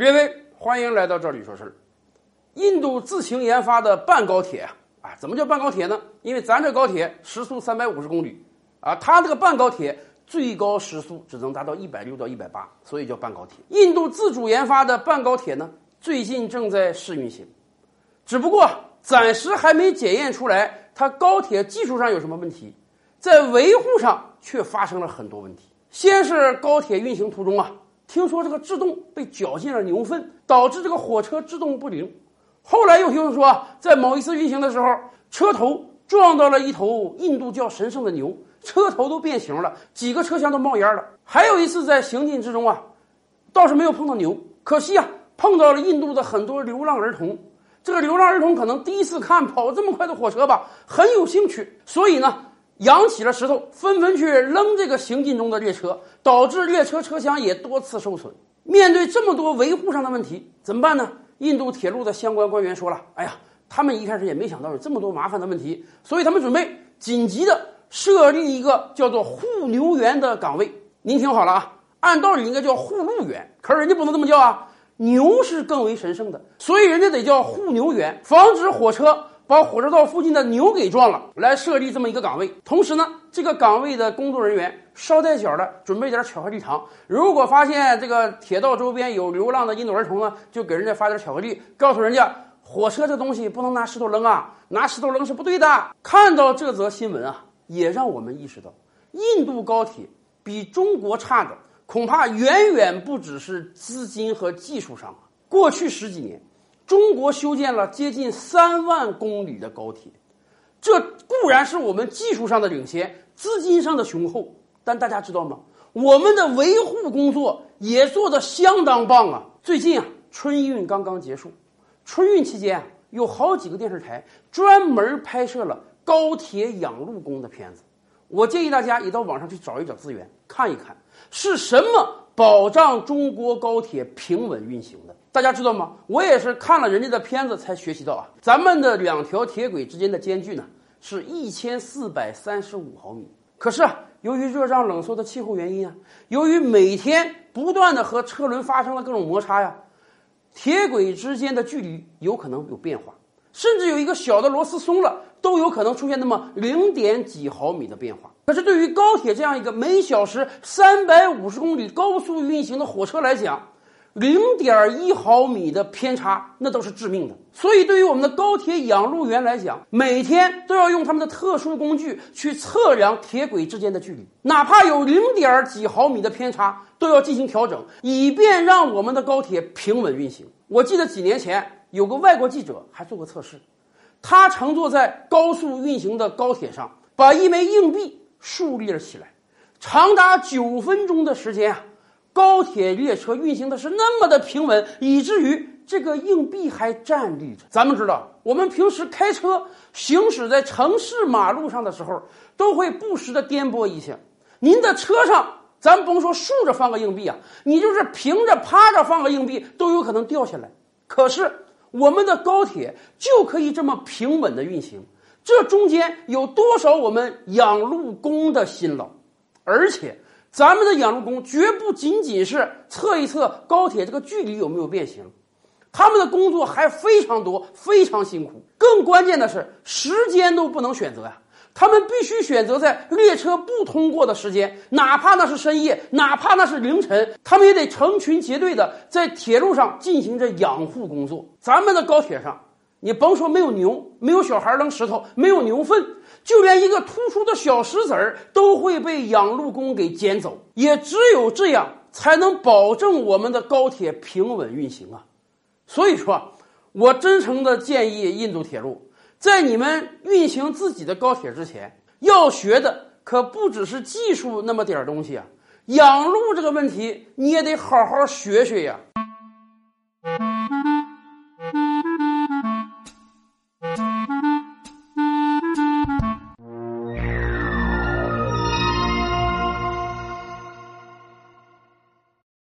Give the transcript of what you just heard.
列位，欢迎来到这里说事儿。印度自行研发的半高铁怎么叫半高铁呢？因为咱这高铁时速350公里它这个半高铁最高时速只能达到160到180，所以叫半高铁。印度自主研发的半高铁呢，最近正在试运行，只不过暂时还没检验出来它高铁技术上有什么问题，在维护上却发生了很多问题。先是高铁运行途中听说这个制动被搅进了牛粪，导致这个火车制动不灵。后来又听说在某一次运行的时候，车头撞到了一头印度较神圣的牛，车头都变形了，几个车厢都冒烟了。还有一次在行进之中倒是没有碰到牛，可惜碰到了印度的很多流浪儿童。这个流浪儿童可能第一次看跑这么快的火车很有兴趣，所以呢扬起了石头，纷纷去扔这个行进中的列车，导致列车车厢也多次受损。面对这么多维护上的问题，怎么办呢？印度铁路的相关官员说了，他们一开始也没想到有这么多麻烦的问题，所以他们准备紧急的设立一个叫做护牛员的岗位。您听好了按道理应该叫护路员，可是人家不能这么叫牛是更为神圣的，所以人家得叫护牛员，防止火车把火车道附近的牛给撞了，来设立这么一个岗位。同时呢，这个岗位的工作人员捎带脚的准备点巧克力糖，如果发现这个铁道周边有流浪的印度儿童呢，就给人家发点巧克力，告诉人家火车这东西不能拿石头扔拿石头扔是不对的。看到这则新闻也让我们意识到，印度高铁比中国差的恐怕远远不只是资金和技术上过去10几年中国修建了接近3万公里的高铁，这固然是我们技术上的领先，资金上的雄厚，但大家知道吗？我们的维护工作也做得相当棒最近春运刚刚结束，春运期间有好几个电视台专门拍摄了高铁养路工的片子。我建议大家也到网上去找一找资源，看一看是什么保障中国高铁平稳运行的。大家知道吗？我也是看了人家的片子才学习到咱们的2条铁轨之间的间距呢是1435毫米。可是由于热胀冷缩的气候原因由于每天不断的和车轮发生了各种摩擦铁轨之间的距离有可能有变化，甚至有一个小的螺丝松了，都有可能出现那么0点几毫米的变化。可是对于高铁这样一个每小时350公里高速运行的火车来讲，0.1毫米的偏差那都是致命的。所以对于我们的高铁养路员来讲，每天都要用他们的特殊工具去测量铁轨之间的距离，哪怕有0点几毫米的偏差都要进行调整，以便让我们的高铁平稳运行。我记得几年前有个外国记者还做过测试，他乘坐在高速运行的高铁上，把一枚硬币竖立了起来，长达9分钟的时间高铁列车运行的是那么的平稳，以至于这个硬币还站立着。咱们知道，我们平时开车行驶在城市马路上的时候，都会不时的颠簸一下。您的车上，咱甭说竖着放个硬币你就是平着趴着放个硬币都有可能掉下来。可是我们的高铁就可以这么平稳的运行，这中间有多少我们养路工的辛劳？而且咱们的养路工绝不仅仅是测一测高铁这个距离有没有变形，他们的工作还非常多，非常辛苦。更关键的是时间都不能选择他们必须选择在列车不通过的时间，哪怕那是深夜，哪怕那是凌晨，他们也得成群结队的在铁路上进行着养护工作。咱们的高铁上，你甭说没有牛，没有小孩扔石头，没有牛粪，就连一个突出的小石子儿都会被养路工给捡走。也只有这样才能保证我们的高铁平稳运行所以说我真诚的建议印度铁路，在你们运行自己的高铁之前，要学的可不只是技术那么点东西养路这个问题你也得好好学学